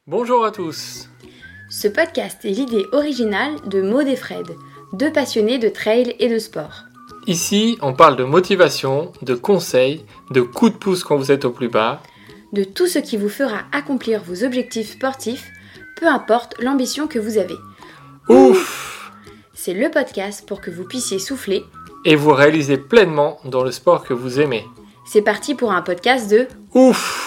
Bonjour à tous. Ce podcast est l'idée originale de Maud et Fred, deux passionnés de trail et de sport. Ici, on parle de motivation, de conseils, de coups de pouce quand vous êtes au plus bas. De tout ce qui vous fera accomplir vos objectifs sportifs, peu importe l'ambition que vous avez. Ouf! C'est le podcast pour que vous puissiez souffler Et vous réalisez pleinement dans le sport que vous aimez. C'est parti pour un podcast de Ouf!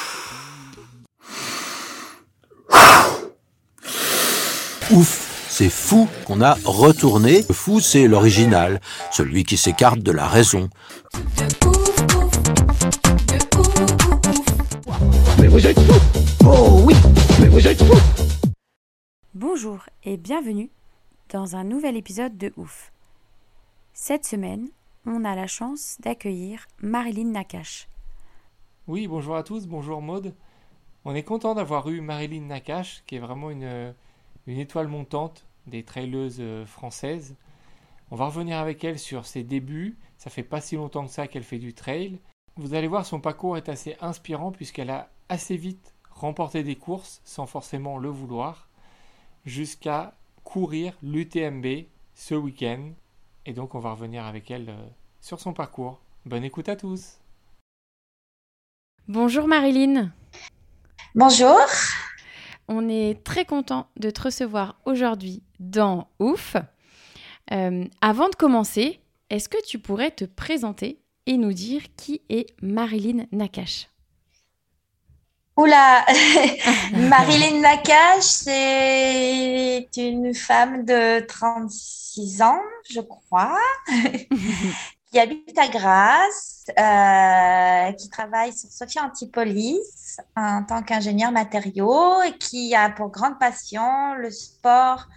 Ouf, c'est fou qu'on a retourné. Le fou, c'est l'original, celui qui s'écarte de la raison. Mais vous êtes fous! Oh oui, mais vous êtes fous! Bonjour et bienvenue dans un nouvel épisode de Ouf. Cette semaine, on a la chance d'accueillir Marilyn Nakache. Oui, bonjour à tous, bonjour Maud. On est content d'avoir eu Marilyn Nakache, qui est vraiment une étoile montante des traileuses françaises. On va revenir avec elle sur ses débuts. Ça fait pas si longtemps que ça qu'elle fait du trail. Vous allez voir, son parcours est assez inspirant puisqu'elle a assez vite remporté des courses sans forcément le vouloir, jusqu'à courir l'UTMB ce week-end. Et donc on va revenir avec elle sur son parcours. Bonne écoute à tous. Bonjour Marilyn. Bonjour. On est très content de te recevoir aujourd'hui dans Ouf. Avant de commencer, est-ce que tu pourrais te présenter et nous dire qui est Marilyn Nakache? Oula, Marilyn Nakache, c'est une femme de 36 ans, je crois, qui habite à Grasse, qui travaille sur Sophia Antipolis en tant qu'ingénieur matériaux et qui a pour grande passion le sport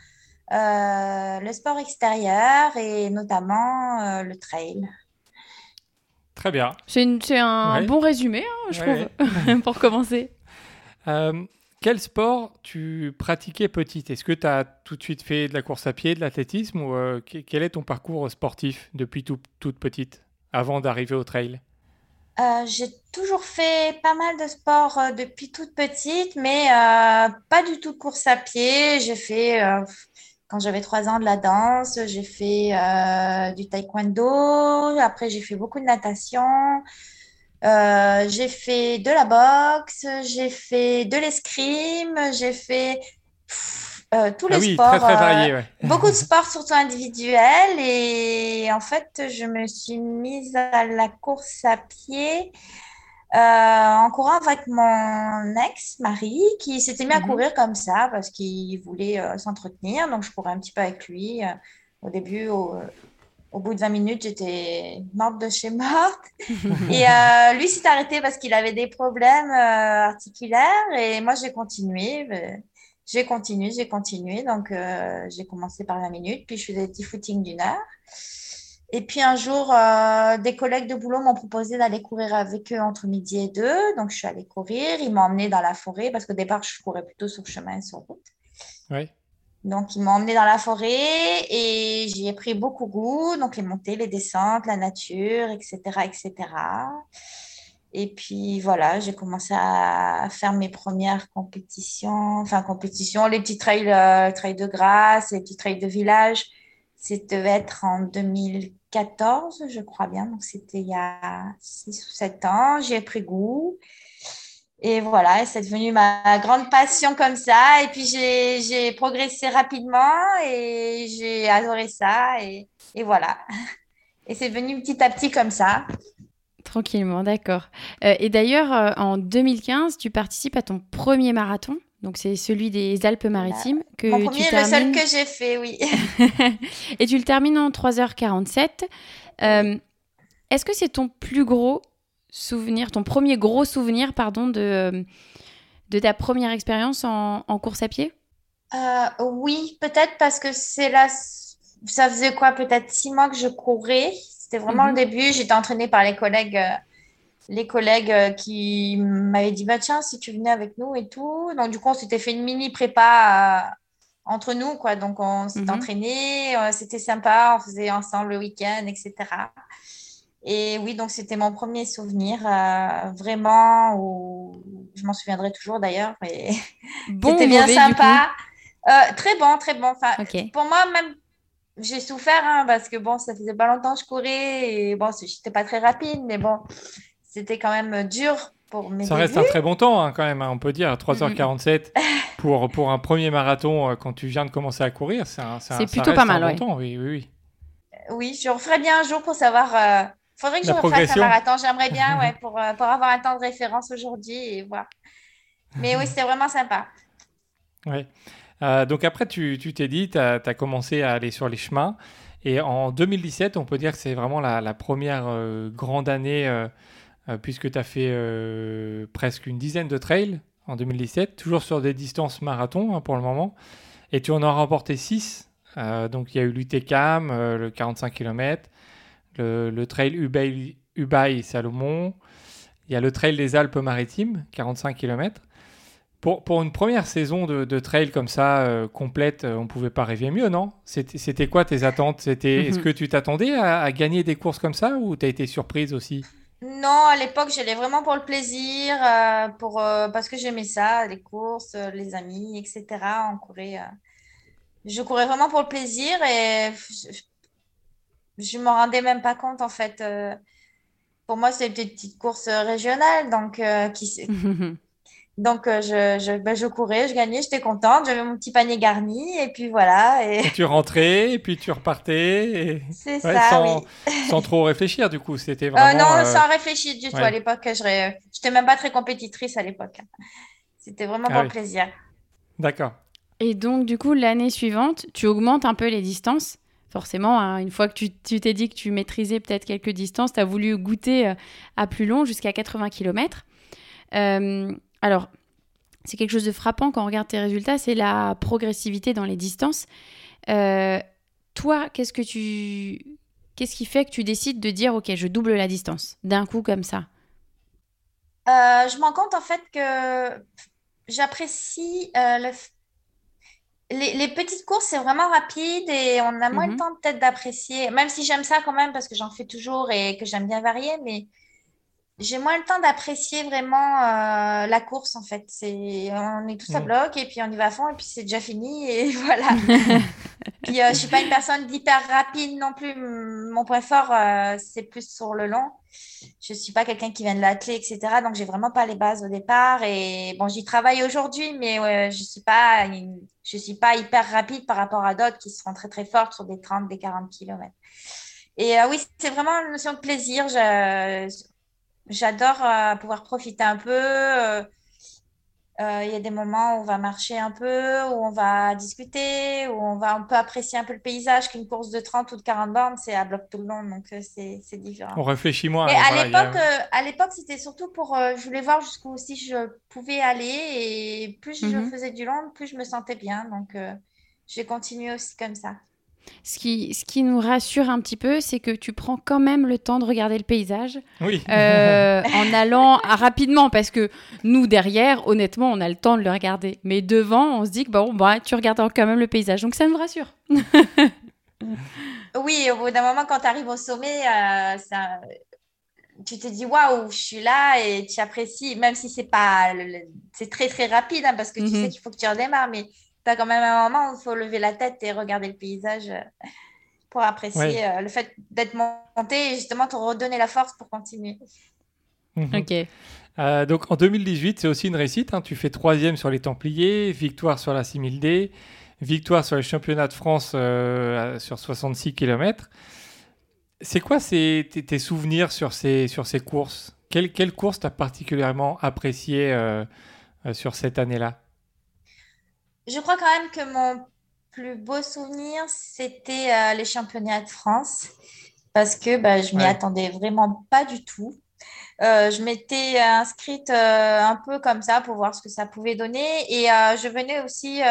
extérieur et notamment le trail. Très bien. C'est un bon résumé, je trouve, pour commencer. Quel sport tu pratiquais petite? Est-ce que tu as tout de suite fait de la course à pied, de l'athlétisme ou quel est ton parcours sportif depuis toute petite, avant d'arriver au trail? J'ai toujours fait pas mal de sport depuis toute petite, mais pas du tout de course à pied. J'ai fait, quand j'avais 3 ans, de la danse. J'ai fait du taekwondo. Après, j'ai fait beaucoup de natation. J'ai fait de la boxe. J'ai fait de l'escrime. J'ai fait tous les Oui, sports. très très varié, ouais. Beaucoup de sports, surtout individuels. Et en fait, je me suis mise à la course à pied en courant avec mon ex-mari qui s'était mis à courir comme ça parce qu'il voulait s'entretenir. Donc, je courais un petit peu avec lui. Au début, au bout de 20 minutes, j'étais morte de chez morte. Et lui s'est arrêté parce qu'il avait des problèmes articulaires. Et moi, j'ai continué. J'ai continué. Donc, j'ai commencé par 20 minutes. Puis, je faisais des petits footings d'1 heure. Et puis un jour, des collègues de boulot m'ont proposé d'aller courir avec eux entre midi et 2. Donc, je suis allée courir. Ils m'ont emmenée dans la forêt parce qu'au départ, je courais plutôt sur chemin et sur route. Oui. Donc, ils m'ont emmenée dans la forêt et j'y ai pris beaucoup goût. Donc, les montées, les descentes, la nature, etc., etc. Et puis, voilà, j'ai commencé à faire mes premières compétitions, les petits trails de Grasse, les petits trails de village. C'était devait être en 2014, je crois bien. Donc, c'était il y a 6 ou 7 ans. J'y ai pris goût. Et voilà, c'est devenu ma grande passion comme ça. Et puis, j'ai progressé rapidement et j'ai adoré ça. Et voilà. Et c'est venu petit à petit comme ça. Tranquillement, d'accord. Et d'ailleurs, en 2015, tu participes à ton premier marathon. Donc, c'est celui des Alpes-Maritimes. Mon premier est le seul que j'ai fait, oui. Et tu le termines en 3h47. Est-ce que c'est ton plus gros souvenir, ton premier gros souvenir, pardon, de ta première expérience en course à pied? Oui, peut-être parce que ça faisait quoi, peut-être 6 mois que je courais. C'était vraiment le début. J'étais entraînée par les collègues qui m'avaient dit, bah, tiens, si tu venais avec nous et tout. Donc, du coup, on s'était fait une mini prépa entre nous, quoi. Donc, on s'était entraînés, c'était sympa, on faisait ensemble le week-end, etc. Et oui, donc c'était mon premier souvenir, vraiment, où je m'en souviendrai toujours d'ailleurs. Et Bon c'était ou bien mauvais, du coup? sympa. Très bon, très bon. Enfin, Ok. pour moi, même, j'ai souffert hein, parce que bon, ça faisait pas longtemps que je courais et bon, j'étais pas très rapide, mais bon, c'était quand même dur pour mes Ça reste débuts. un très bon temps hein, quand même, hein, on peut dire. Mm, mm. 3h47 pour un premier marathon quand tu viens de commencer à courir, C'est ça plutôt pas reste un mal, bon ouais. temps, oui, oui, oui. Oui, je referai bien un jour pour savoir. Faudrait que je La refasse un progression. marathon. J'aimerais bien, ouais, pour avoir un temps de référence aujourd'hui et voir. Mais oui, c'était vraiment sympa. Ouais. Donc après, tu t'es dit, tu as commencé à aller sur les chemins. Et en 2017, on peut dire que c'est vraiment la première grande année, puisque tu as fait presque une dizaine de trails en 2017, toujours sur des distances marathon hein, pour le moment. Et tu en as remporté 6. Donc il y a eu l'UTCAM, le 45 km, le trail Ubaï-Salomon. Il y a le trail des Alpes-Maritimes, 45 km. Pour une première saison de trail comme ça, complète, on pouvait pas rêver mieux, non? C'était quoi tes attentes? Est-ce que tu t'attendais à gagner des courses comme ça ou t'as été surprise aussi? Non, à l'époque, j'allais vraiment pour le plaisir, parce que j'aimais ça, les courses, les amis, etc. On courait, je courais vraiment pour le plaisir et je me rendais même pas compte en fait. Pour moi, c'était une petite course régionale, donc je courais, je gagnais, j'étais contente, j'avais mon petit panier garni et puis voilà. Et Et tu rentrais, et puis tu repartais, et... c'est ouais, ça, oui. sans trop réfléchir, du coup. C'était vraiment... Non, sans réfléchir du tout à ouais, l'époque. J'étais même pas très compétitrice à l'époque. C'était vraiment ah pour le oui, plaisir. d'accord. Et donc, du coup, l'année suivante, tu augmentes un peu les distances. Forcément, hein, une fois que tu t'es dit que tu maîtrisais peut-être quelques distances, tu as voulu goûter à plus long, jusqu'à 80 km. Alors, c'est quelque chose de frappant quand on regarde tes résultats, c'est la progressivité dans les distances. Euh, Toi, qu'est-ce qui fait que tu décides de dire, OK, je double la distance, d'un coup comme ça? Je me rends compte en fait que j'apprécie les petites courses, c'est vraiment rapide et on a moins le Mhm, temps peut-être d'apprécier, même si j'aime ça quand même parce que j'en fais toujours et que j'aime bien varier, mais j'ai moins le temps d'apprécier vraiment la course en fait. On est tous à Mm. bloc et puis on y va à fond et puis c'est déjà fini et voilà. Puis je suis pas une personne d'hyper rapide non plus. Mon point fort, c'est plus sur le long. Je suis pas quelqu'un qui vient de l'athlé, etc. Donc j'ai vraiment pas les bases au départ. Et bon, j'y travaille aujourd'hui, mais ouais, je suis pas hyper rapide par rapport à d'autres qui seront très très fortes sur des 30, des 40 kilomètres. Et oui, c'est vraiment une notion de plaisir. J'adore pouvoir profiter un peu. Il y a des moments où on va marcher un peu, où on va discuter, on peut apprécier un peu le paysage qu'une course de 30 ou de 40 bornes, c'est à bloc tout le long, donc c'est différent. On réfléchit Mais moins, et voilà, il y a... à l'époque, c'était surtout pour, je voulais voir jusqu'où aussi je pouvais aller et plus je mhm. faisais du long, plus je me sentais bien, donc j'ai continué aussi comme ça. Ce qui nous rassure un petit peu, c'est que tu prends quand même le temps de regarder le paysage Oui. en allant rapidement, parce que nous, derrière, honnêtement, on a le temps de le regarder. Mais devant, on se dit que bon, bah, tu regardes quand même le paysage. Donc ça nous rassure. Oui, au bout d'un moment, quand tu arrives au sommet, tu te dis waouh, je suis là et tu apprécies, même si c'est pas, c'est très très rapide hein, parce que tu sais Mhm. qu'il faut que tu redémarres, mais tu as quand même un moment où il faut lever la tête et regarder le paysage pour apprécier Ouais. le fait d'être monté et justement te redonner la force pour continuer. Mhm. Ok. Donc en 2018, c'est aussi une réussite, hein. Tu fais troisième sur les Templiers, victoire sur la 6000D, victoire sur les championnats de France sur 66 km. C'est quoi tes souvenirs sur ces courses? Quelle course t'as particulièrement apprécié sur cette année-là? Je crois quand même que mon plus beau souvenir, c'était les championnats de France parce que bah, je m'y Ouais. attendais vraiment pas du tout. Je m'étais inscrite un peu comme ça pour voir ce que ça pouvait donner. Et je venais aussi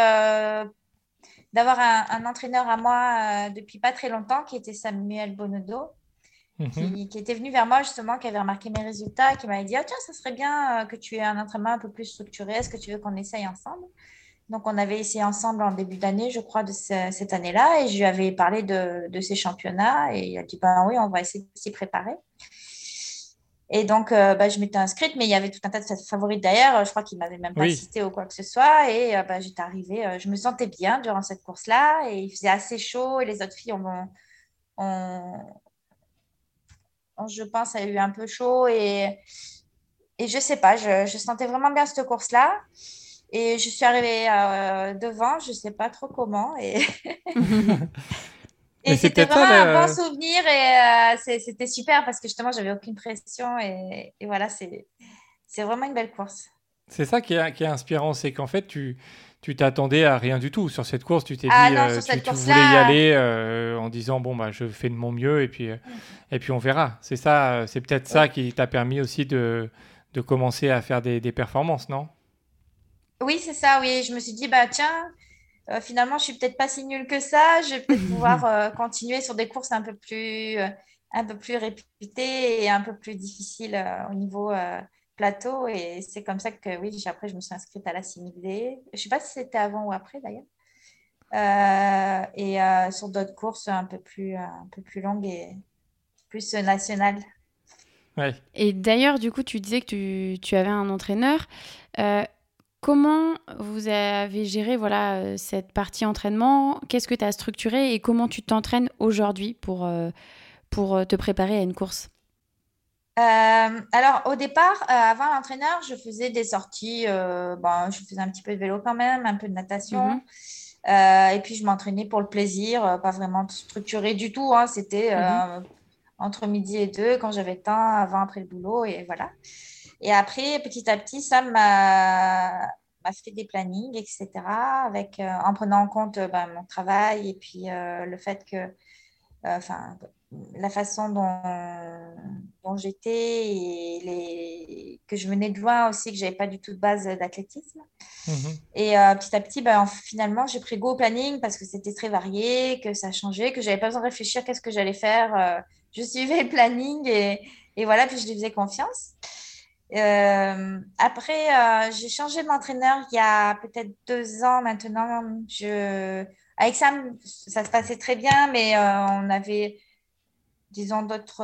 d'avoir un entraîneur à moi depuis pas très longtemps, qui était Samuel Bonodo, Mhm. qui était venu vers moi justement, qui avait remarqué mes résultats, qui m'avait dit, ah, tiens, ça serait bien que tu aies un entraînement un peu plus structuré. Est-ce que tu veux qu'on essaye ensemble? Donc, on avait essayé ensemble en début d'année, je crois, de cette année-là. Et je lui avais parlé de ces championnats. Et il a dit, ben oui, on va essayer de s'y préparer. Et donc, je m'étais inscrite, mais il y avait tout un tas de favoris derrière. Je crois qu'il ne m'avait même pas Oui, cité ou quoi que ce soit. Et j'étais arrivée, je me sentais bien durant cette course-là. Et il faisait assez chaud. Et les autres filles je pense, a eu un peu chaud. Et je sais pas, je sentais vraiment bien cette course-là. Et je suis arrivée devant, je sais pas trop comment. Et, mais et c'est c'était peut-être vraiment ça, un bon souvenir. Et c'était super parce que justement, j'avais aucune pression. Et voilà, c'est vraiment une belle course. c'est ça qui est inspirant, c'est qu'en fait, tu t'attendais à rien du tout sur cette course. Tu t'es Ah dit, non, sur tu, cette tu voulais y course-là. aller en disant, bon, bah, je fais de mon mieux et puis on verra. C'est ça, c'est peut-être ça Oui, qui t'a permis aussi de commencer à faire des performances, non? oui, c'est ça, oui. Je me suis dit, bah tiens, finalement, je suis peut-être pas si nulle que ça. Je vais peut-être pouvoir continuer sur des courses un peu plus réputées et un peu plus difficiles au niveau plateau. Et c'est comme ça que, oui, après, je me suis inscrite à la CNID. Je sais pas si c'était avant ou après, d'ailleurs. Sur d'autres courses un peu plus longues et plus nationales. Ouais. Et d'ailleurs, du coup, tu disais que tu avais un entraîneur. Euh, Comment vous avez géré voilà, cette partie entraînement? Qu'est-ce que tu as structuré et comment tu t'entraînes aujourd'hui pour te préparer à une course? Alors, au départ, avant l'entraîneur, je faisais des sorties. Je faisais un petit peu de vélo quand même, un peu de natation. Mhm, Et puis, je m'entraînais pour le plaisir, pas vraiment structuré du tout, hein. C'était mhm, entre midi et deux, quand j'avais le temps, avant, après le boulot, et voilà. Et après, petit à petit, ça m'a fait des plannings, etc., en prenant en compte mon travail et puis le fait que enfin, la façon dont j'étais et que je venais de loin aussi, que j'avais pas du tout de base d'athlétisme. Mhm. Et petit à petit, finalement, j'ai pris goût au planning parce que c'était très varié, que ça changeait, que j'avais pas besoin de réfléchir qu'est-ce que j'allais faire. Je suivais le planning et voilà, puis je lui faisais confiance. Après, j'ai changé d'entraîneur il y a peut-être 2 ans maintenant. Avec Sam, ça se passait très bien, mais on avait, disons,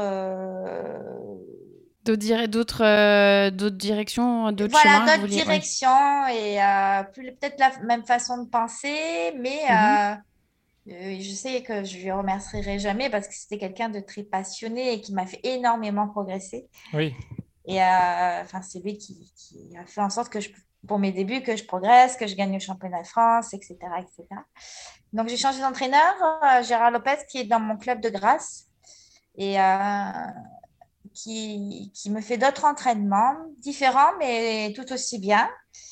D'autres directions, d'autres voilà, chemins que vous d'autres vouliez. Ouais. directions et plus peut-être la même façon de penser, mais Mhm, je sais que je lui remercierai jamais parce que c'était quelqu'un de très passionné et qui m'a fait énormément progresser. Oui. Et c'est lui qui a fait en sorte pour mes débuts, que je progresse, que je gagne le championnat de France, etc., etc. Donc, j'ai changé d'entraîneur, Gérard Lopez, qui est dans mon club de Grasse et qui me fait d'autres entraînements différents, mais tout aussi bien,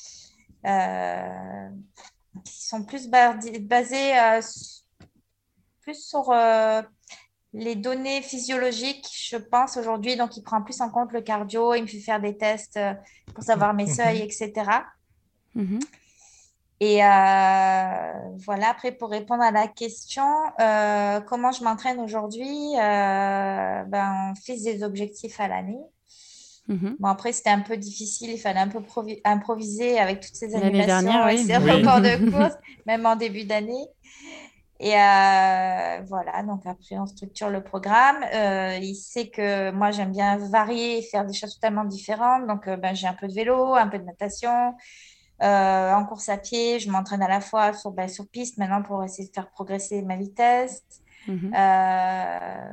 euh, qui sont plus basés plus sur les données physiologiques, je pense, aujourd'hui. Donc, il prend plus en compte le cardio, il me fait faire des tests pour savoir mes seuils, Mhm. etc. mhm, Et voilà, après, pour répondre à la question, comment je m'entraîne aujourd'hui, on fixe des objectifs à l'année. mhm. Bon, après, c'était un peu difficile, il fallait un peu improviser avec toutes ces L'année dernière, annulations et oui. ces Oui. reports de course, même en début d'année. Et voilà, donc après, on structure le programme. Il sait que moi, j'aime bien varier et faire des choses totalement différentes. Donc, j'ai un peu de vélo, un peu de natation. En course à pied, je m'entraîne à la fois sur piste maintenant pour essayer de faire progresser ma vitesse. Mhm. Euh,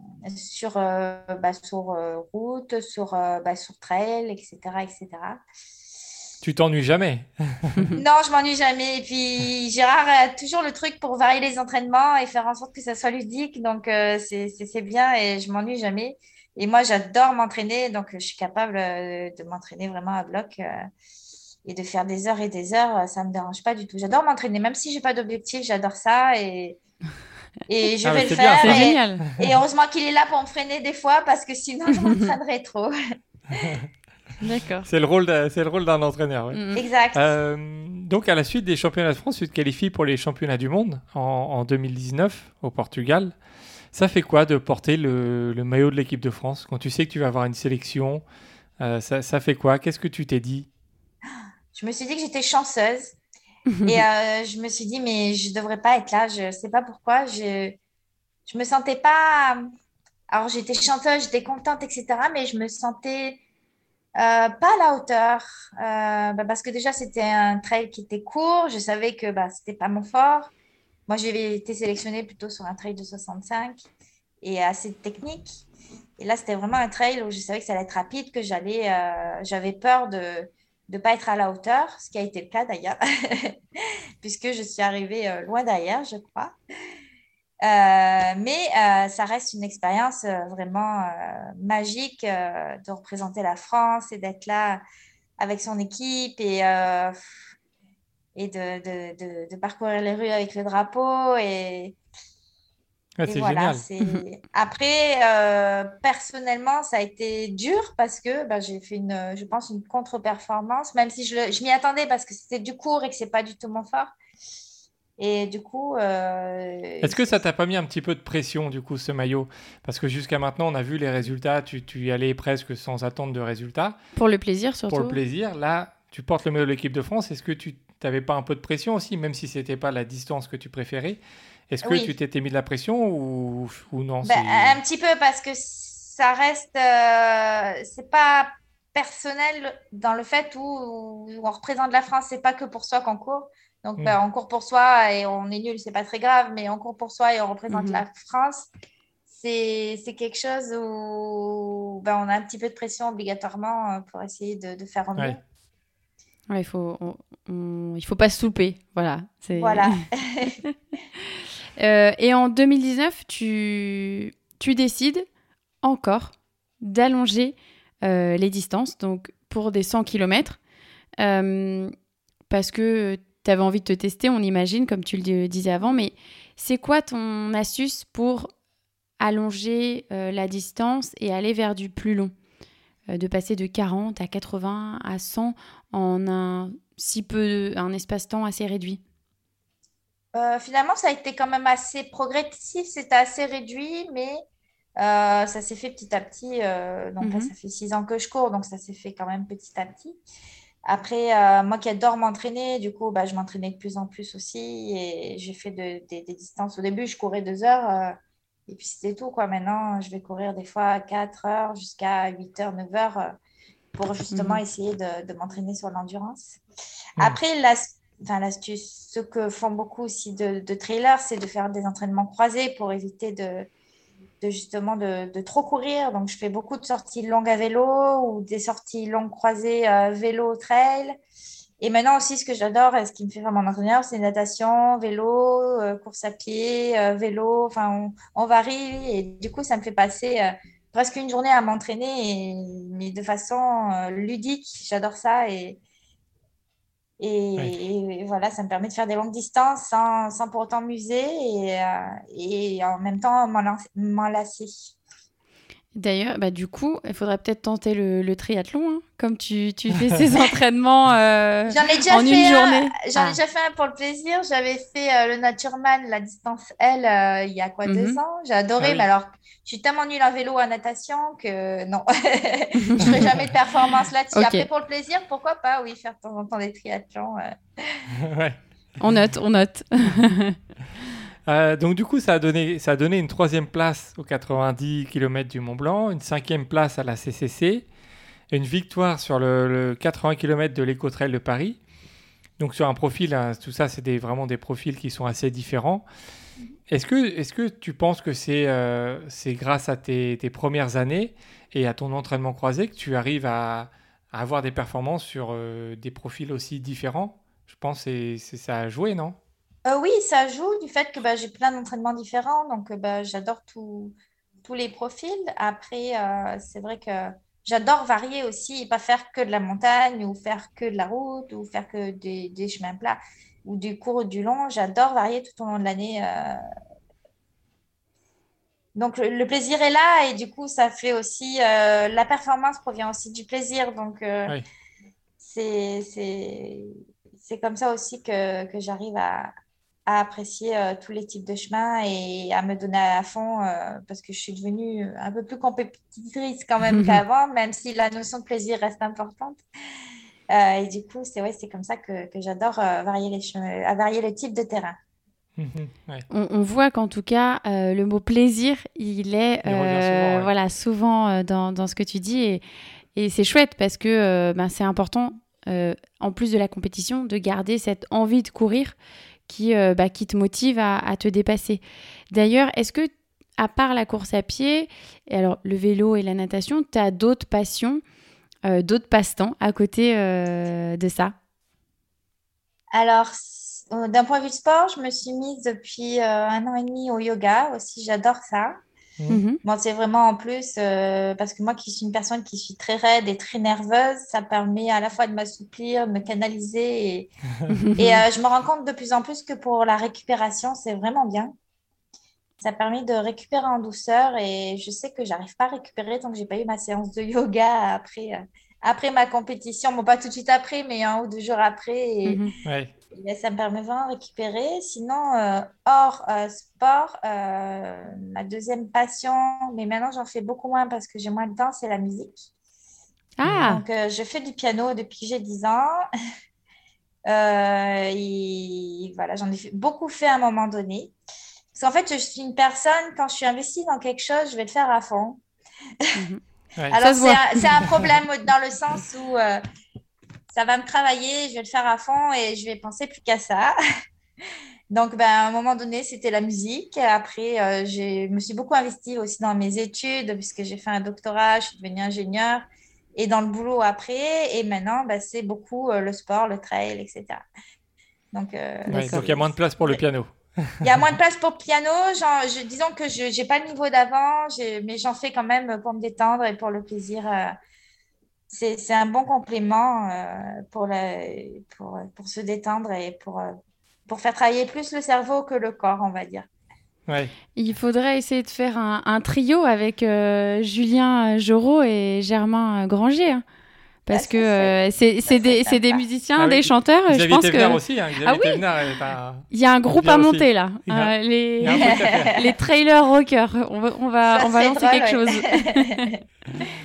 sur route, sur trail, etc., etc. Tu t'ennuies jamais. Non, je m'ennuie jamais. Et puis Gérard a toujours le truc pour varier les entraînements et faire en sorte que ça soit ludique. Donc c'est bien et je m'ennuie jamais. Et moi, j'adore m'entraîner, donc je suis capable de m'entraîner vraiment à bloc et de faire des heures et des heures. Ça me dérange pas du tout. J'adore m'entraîner, même si j'ai pas d'objectif, j'adore ça et je Ah, mais vais le c'est bien faire. C'est ça. génial. Et heureusement qu'il est là pour me freiner des fois parce que sinon je m'entraînerais trop. D'accord. C'est le rôle d'un entraîneur, oui. Mhm. Exact. Donc, à la suite des championnats de France, tu te qualifies pour les championnats du monde en 2019 au Portugal. Ça fait quoi de porter le maillot de l'équipe de France quand tu sais que tu vas avoir une sélection? Ça fait quoi? Qu'est-ce que tu t'es dit? Je me suis dit que j'étais chanceuse Et je me suis dit, mais je devrais pas être là. Je sais pas pourquoi. Je me sentais pas. Alors, j'étais chanteuse, j'étais contente, etc. Mais je me sentais pas à la hauteur. Parce que déjà, c'était un trail qui était court. Je savais que c'était pas mon fort. Moi, j'avais été sélectionnée plutôt sur un trail de 65 et assez technique. Et là, c'était vraiment un trail où je savais que ça allait être rapide, que j'avais peur de ne pas être à la hauteur, ce qui a été le cas d'ailleurs, puisque je suis arrivée loin derrière, je crois. Mais ça reste une expérience vraiment magique de représenter la France et d'être là avec son équipe et de parcourir les rues avec le drapeau. Ouais, Et c'est voilà, génial. c'est... Après, personnellement, ça a été dur parce que j'ai fait je pense, une contre-performance, même si je m'y attendais parce que c'était du court et que c'est pas du tout mon fort. Et du coup, Est-ce que ça t'a pas mis un petit peu de pression, du coup, ce maillot? Parce que jusqu'à maintenant, on a vu les résultats, tu y allais presque sans attendre de résultats, Pour le plaisir, pour le surtout. plaisir. Là, tu portes le maillot de l'équipe de France. Est-ce que tu n'avais pas un peu de pression aussi, même si c'était pas la distance que tu préférais? Est-ce que tu oui, t'étais mis de la pression ou non, un petit peu parce que ça reste, c'est pas personnel dans le fait où on représente la France, c'est pas que pour soi qu'on court. Donc, Hmm. on court pour soi et on est nul, c'est pas très grave, mais on court pour soi et on représente Mhm. la France. C'est quelque chose où on a un petit peu de pression obligatoirement pour essayer de faire au mieux. Ouais. Ouais, il faut pas se louper. Voilà. Voilà. Et en 2019, tu décides encore d'allonger les distances, donc pour des 100 km, parce que tu avais envie de te tester, on imagine, comme tu le disais avant, mais c'est quoi ton astuce pour allonger la distance et aller vers du plus long, de passer de 40 à 80 à 100 en un espace-temps assez réduit? Finalement, ça a été quand même assez progressif, c'était assez réduit, mais ça s'est fait petit à petit. Donc là, Mhm. ça fait 6 ans que je cours, donc ça s'est fait quand même petit à petit. Après, moi qui adore m'entraîner, du coup, je m'entraînais de plus en plus aussi et j'ai fait des distances. Au début, je courais 2 heures et puis c'était tout, quoi. Maintenant, je vais courir des fois 4 heures jusqu'à 8 heures, 9 heures pour justement Mhm. essayer de m'entraîner sur l'endurance. Hmm. Après, l'astuce, ce que font beaucoup aussi de trailers, c'est de faire des entraînements croisés pour éviter justement de trop courir. Donc, je fais beaucoup de sorties longues à vélo ou des sorties longues croisées vélo, trail. Et maintenant aussi, ce que j'adore et ce qui me fait faire mon entraîneur, c'est natation, vélo, course à pied, vélo. Enfin, on varie et du coup, ça me fait passer presque une journée à m'entraîner, mais de façon ludique. J'adore ça Ouais. et voilà, ça me permet de faire des longues distances sans pour autant m'user et en même temps m'en lasser. D'ailleurs, du coup, il faudrait peut-être tenter le triathlon, hein, comme tu fais ces entraînements J'en ai déjà en une fait journée. j'en ai Ah, déjà fait un pour le plaisir. J'avais fait le Natureman, la distance L, il y a quoi, deux mhm. ans. J'ai Ah adoré, mais oui. alors, je suis tellement nulle en vélo, en natation que non, je ferai jamais de performance là-dessus. Ok, Après, pour le plaisir, pourquoi pas, oui, faire de temps en temps des triathlons. Ouais. on note, on note. Donc du coup, ça a donné une troisième place aux 90 km du Mont Blanc, une cinquième place à la CCC, et une victoire sur le 80 km de l'Éco-Trail de Paris. Donc sur un profil, hein, tout ça, c'est vraiment des profils qui sont assez différents. Est-ce que tu penses que c'est grâce à tes premières années et à ton entraînement croisé que tu arrives à avoir des performances sur des profils aussi différents? Je pense que ça a joué, non? Oui, ça joue du fait que j'ai plein d'entraînements différents, donc j'adore tous les profils. Après, c'est vrai que j'adore varier aussi et pas faire que de la montagne ou faire que de la route ou faire que des chemins plats ou du court ou du long. J'adore varier tout au long de l'année. Donc le plaisir est là et du coup, ça fait aussi la performance provient aussi du plaisir. Donc Oui. c'est, c'est, c'est comme ça aussi que j'arrive à apprécier tous les types de chemins et à me donner à fond parce que je suis devenue un peu plus compétitrice quand même qu'avant, même si la notion de plaisir reste importante. Et du coup, c'est comme ça que j'adore varier varier les types de terrain. Ouais. On voit qu'en tout cas, le mot plaisir, il est Il revient souvent, ouais. voilà, souvent dans ce que tu dis. Et c'est chouette parce que c'est important, en plus de la compétition, de garder cette envie de courir qui te motive à te dépasser. D'ailleurs, est-ce que, à part la course à pied, et alors le vélo et la natation, tu as d'autres passions, d'autres passe-temps à côté de ça? Alors, d'un point de vue sport, je me suis mise depuis 1 an et demi au yoga aussi. J'adore ça. Mhm. Bon, c'est vraiment en plus, parce que moi qui suis une personne qui suis très raide et très nerveuse, ça permet à la fois de m'assouplir, de me canaliser. Et je me rends compte de plus en plus que pour la récupération, c'est vraiment bien. Ça permet de récupérer en douceur et je sais que j'arrive pas à récupérer tant que j'ai pas eu ma séance de yoga après ma compétition. Bon, pas tout de suite après, mais 1 ou 2 jours après. Mhm. Ouais. Et ça me permet vraiment de récupérer. Sinon, hors sport, ma deuxième passion, mais maintenant j'en fais beaucoup moins parce que j'ai moins de temps, c'est la musique. Ah, Donc, je fais du piano depuis que j'ai 10 ans. Et voilà, beaucoup fait à un moment donné. Parce qu'en fait, je suis une personne, quand je suis investie dans quelque chose, je vais le faire à fond. mhm. Ouais. Alors, Ça se voit. c'est un problème dans le sens où ça va me travailler, je vais le faire à fond et je vais penser plus qu'à ça. Donc, à un moment donné, c'était la musique. Après, je me suis beaucoup investie aussi dans mes études, puisque j'ai fait un doctorat, je suis devenue ingénieure, et dans le boulot après. Et maintenant, c'est beaucoup le sport, le trail, etc. Donc, Ouais, donc D'accord. il y a moins de place pour le piano. il y a moins de place pour le piano. Disons que je n'ai pas le niveau d'avant, mais j'en fais quand même pour me détendre et pour le plaisir. C'est un bon complément pour se détendre et pour faire travailler plus le cerveau que le corps, on va dire. Ouais. Il faudrait essayer de faire un trio avec Julien Jorot et Germain Granger, hein. Parce que c'est des sympa. musiciens, Ah des oui, chanteurs. Je Xavier pense Thévenard que aussi. Hein. Xavier Ah oui, Thévenard il y a un groupe bien à aussi. monter là. Il y a- il Les y a un truc à faire. les trailers rockers. On va Ça serait lancer drôle, quelque ouais. chose.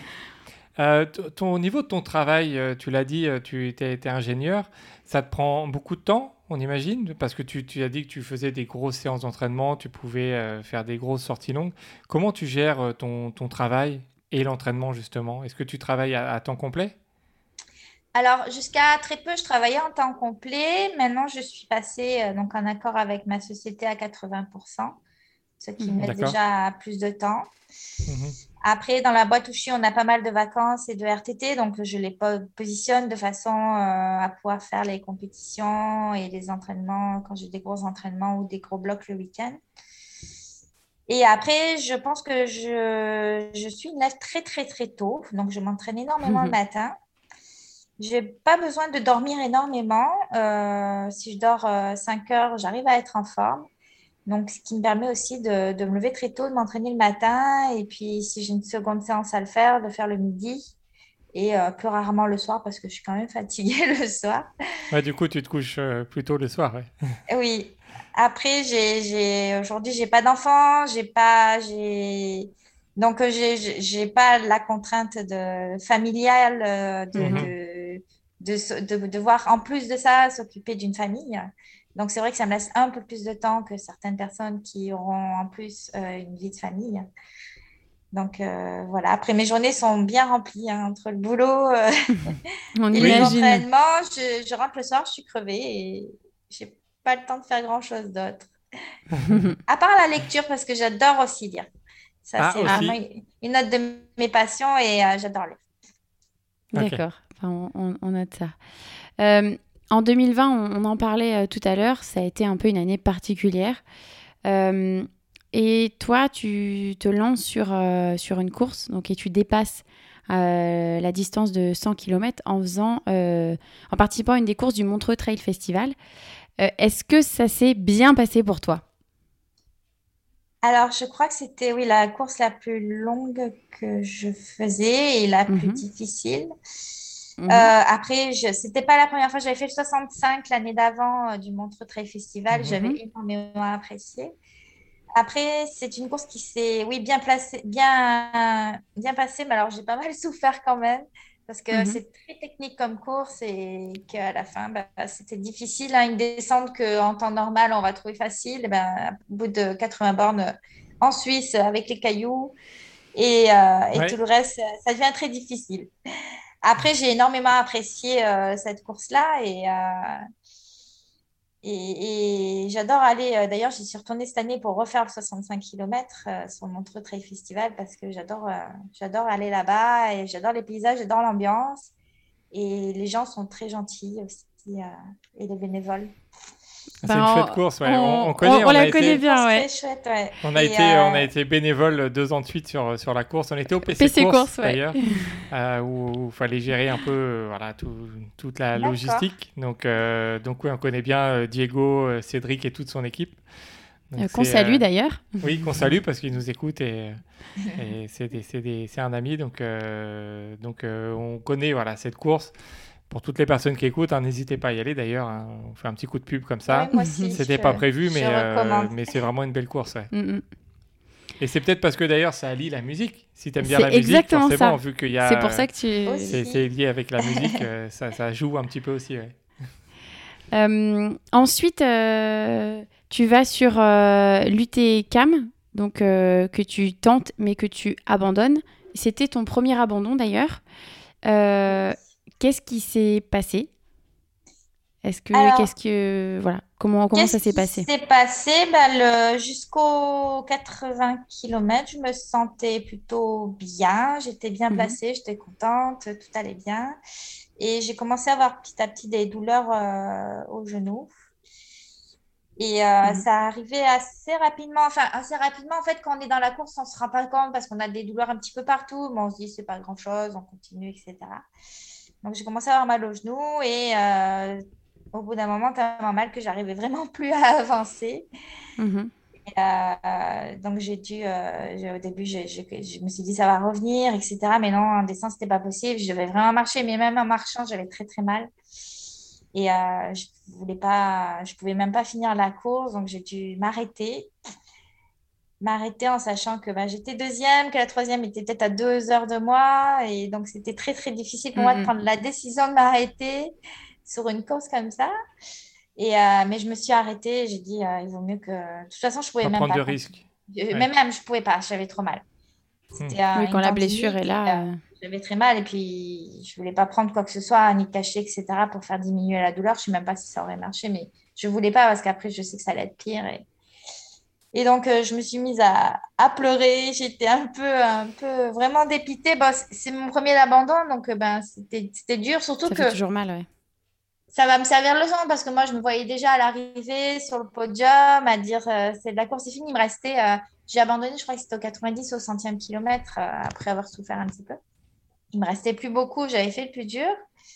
Au niveau de ton travail, tu l'as dit, tu étais ingénieur. Ça te prend beaucoup de temps, on imagine, parce que tu as dit que tu faisais des grosses séances d'entraînement, tu pouvais faire des grosses sorties longues. Comment tu gères ton travail et l'entraînement, justement? Est-ce que tu travailles à temps complet? Alors, jusqu'à très peu, je travaillais en temps complet. Maintenant, je suis passée donc en accord avec ma société à 80%, ce qui me Mhm. laisse D'accord. déjà plus de temps. Mhm. Après, dans la boîte où je suis, on a pas mal de vacances et de RTT, donc je les positionne de façon à pouvoir faire les compétitions et les entraînements quand j'ai des gros entraînements ou des gros blocs le week-end. Et après, je pense que je suis une lève très, très, très tôt, donc je m'entraîne énormément le matin. J'ai pas besoin de dormir énormément. Si je dors 5 heures, j'arrive à être en forme. Donc, ce qui me permet aussi de me lever très tôt, de m'entraîner le matin. Et puis, si j'ai une seconde séance à le faire, de faire le midi. Et plus rarement le soir parce que je suis quand même fatiguée le soir. Ouais, du coup, tu te couches plus tôt le soir, ouais. Oui. Après, aujourd'hui, j'ai pas d'enfant. Donc, j'ai pas la contrainte familiale Mhm. de devoir, en plus de ça, s'occuper d'une famille. Donc, c'est vrai que ça me laisse un peu plus de temps que certaines personnes qui auront en plus une vie de famille. Donc, voilà. Après, mes journées sont bien remplies hein, entre le boulot On et les Oui. imagine. entraînements. Je rentre le soir, je suis crevée et j'ai pas le temps de faire grand-chose d'autre. À part la lecture, parce que j'adore aussi lire. Ça, Ah, c'est vraiment aussi. une autre de mes passions et j'adore lire. Ok. D'accord. Enfin, on note ça. Euh, En 2020, on en parlait tout à l'heure, ça a été un peu une année particulière. Euh, et toi, tu te lances sur une course donc, et tu dépasses la distance de 100 km en participant à une des courses du Montreux Trail Festival. Est-ce que ça s'est bien passé pour toi? Alors, je crois que c'était, oui, la course la plus longue que je faisais et la plus Mhm, difficile. mhm, Après, c'était pas la première fois. J'avais fait le 65 l'année d'avant du Montreux Trail Festival. J'avais mhm. énormément apprécié. Après, c'est une course qui s'est, oui, bien placée, bien passée, mais alors j'ai pas mal souffert quand même parce que Mhm. c'est très technique comme course et qu'à la fin, c'était difficile, hein. Une descente qu'en temps normal, on va trouver facile, et au bout de 80 bornes en Suisse, avec les cailloux et tout Ouais. le reste, ça devient très difficile. Après, j'ai énormément apprécié cette course-là et j'adore aller. D'ailleurs, j'y suis retournée cette année pour refaire le 65 km sur le Montreux Trail Festival parce que j'adore aller là-bas et j'adore les paysages, j'adore l'ambiance. Et les gens sont très gentils aussi et les bénévoles. C'est une chouette Ben, course, ouais. On on, connaît, on on a la connaît été, Course bien, très ouais. chouette, ouais. on a été bénévole 2 ans de suite sur la course. On était au PC PC Course course, ouais. d'ailleurs, où il fallait gérer un peu voilà, toute la D'accord. logistique. Donc oui, on connaît bien Diego, Cédric et toute son équipe. Donc Qu'on salue d'ailleurs. oui, qu'on salue parce qu'il nous écoute et c'est un ami. On connaît voilà, cette course. Pour toutes les personnes qui écoutent, hein, n'hésitez pas à y aller d'ailleurs, hein. On fait un petit coup de pub comme Oui, ça. moi aussi, C'était pas prévu, je recommande. mais c'est vraiment une belle course. Ouais. Mhm. Et c'est peut-être parce que d'ailleurs ça allie la musique. Si t'aimes bien C'est la musique, exactement forcément, ça. vu qu'il y C'est pour a, ça que tu... Aussi. c'est lié avec la musique, ça joue un petit peu aussi. Ouais. Ensuite, tu vas sur l'UTCAM, donc que tu tentes mais que tu abandonnes. C'était ton premier abandon d'ailleurs. Qu'est-ce qui s'est passé? Alors, Voilà, comment ça qu'est-ce s'est qui passé? s'est passé? Jusqu'aux 80 km, je me sentais plutôt bien. J'étais bien Mhm, placée, j'étais contente, tout allait bien. Et j'ai commencé à avoir petit à petit des douleurs au genou. Et mhm, ça arrivait assez rapidement. Enfin, assez rapidement, en fait, quand on est dans la course, on ne se rend pas compte parce qu'on a des douleurs un petit peu partout. Mais on se dit, c'est pas grand-chose, on continue, etc. Donc, j'ai commencé à avoir mal au genou et au bout d'un moment, tellement mal que j'arrivais vraiment plus à avancer. mhm. Donc, au début, je me suis dit, ça va revenir, etc. Mais non, en descente, c'était pas possible. Je devais vraiment marcher, mais même en marchant, j'avais très, très mal. Et je pouvais même pas finir la course, donc j'ai dû m'arrêter en sachant que j'étais deuxième, que la troisième était peut-être à 2 heures de moi. Et donc, c'était très, très difficile pour moi de Mhm. prendre la décision de m'arrêter sur une course comme ça. Mais je me suis arrêtée. J'ai dit, il vaut mieux que. De toute façon, je pouvais Pas même prendre pas de continuer. risques. Ouais. Même, je pouvais pas. J'avais trop mal. Hmm. C'était Oui, quand une la blessure tendinite est et là. j'avais très mal. Et puis, je voulais pas prendre quoi que ce soit, ni cacher, etc., pour faire diminuer la douleur. Je sais même pas si ça aurait marché, mais je voulais pas parce qu'après, je sais que ça allait être pire. Et donc, je me suis mise à pleurer. J'étais un peu vraiment dépitée. Bon, c'est mon premier abandon, donc c'était dur. Surtout Ça fait que toujours mal, ouais. ça va me servir de leçon parce que moi, je me voyais déjà à l'arrivée sur le podium à dire c'est la course est finie. Il me restait, j'ai abandonné, je crois que c'était au 90 au centième kilomètre après avoir souffert un petit peu. Il me restait plus beaucoup, j'avais fait le plus dur.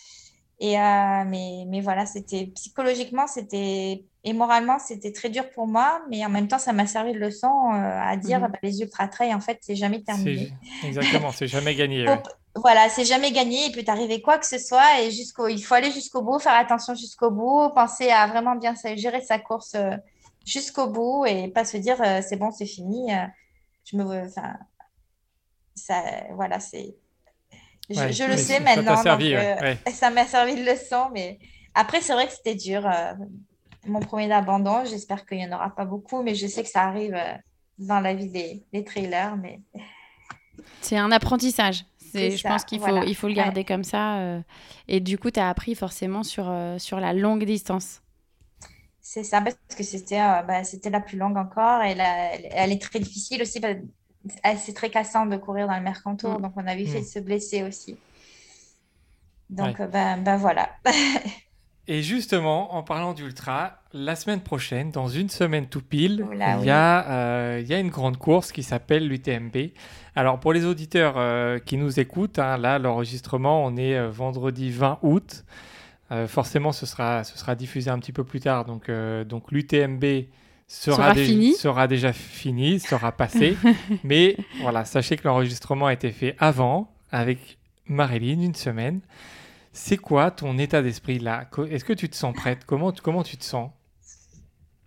Mais voilà, c'était psychologiquement, c'était et moralement, c'était très dur pour moi, mais en même temps, ça m'a servi de leçon à dire Mhm. les ultra trail, en fait, c'est jamais terminé. Exactement, c'est jamais gagné. Faut- Ouais. voilà, c'est jamais gagné, il peut t'arriver quoi que ce soit et il faut aller jusqu'au bout, faire attention jusqu'au bout, penser à vraiment bien gérer sa course jusqu'au bout et pas se dire c'est bon, c'est fini. Enfin, voilà, Ouais, je le mais sais ça t'a maintenant, donc servi. Ouais. Ouais. ça m'a servi de leçon, mais après, c'est vrai que c'était dur. Mon premier abandon, j'espère qu'il n'y en aura pas beaucoup, mais je sais que ça arrive dans la vie des trailers, mais C'est un apprentissage. c'est Je pense ça, voilà. il faut le Ouais. garder comme ça. Et du coup, tu as appris forcément sur la longue distance. C'est ça, parce que c'était la plus longue encore, et elle est très difficile aussi, c'est très cassant de courir dans le Mercantour, Mm. donc on a vite fait Hmm. de se blesser aussi. Ouais. Donc, voilà. Et justement, en parlant d'ultra, la semaine prochaine, dans une semaine tout pile, Oula, oui. il y a une grande course qui s'appelle l'UTMB. Alors pour les auditeurs qui nous écoutent, hein, là l'enregistrement, on est vendredi 20 août. Forcément, ce sera diffusé un petit peu plus tard. Donc l'UTMB Sera fini. sera déjà fini, sera passé. Mais voilà, sachez que l'enregistrement a été fait avant, avec Marilyn, une semaine. C'est quoi ton état d'esprit là? Est-ce que tu te sens prête? Comment tu te sens?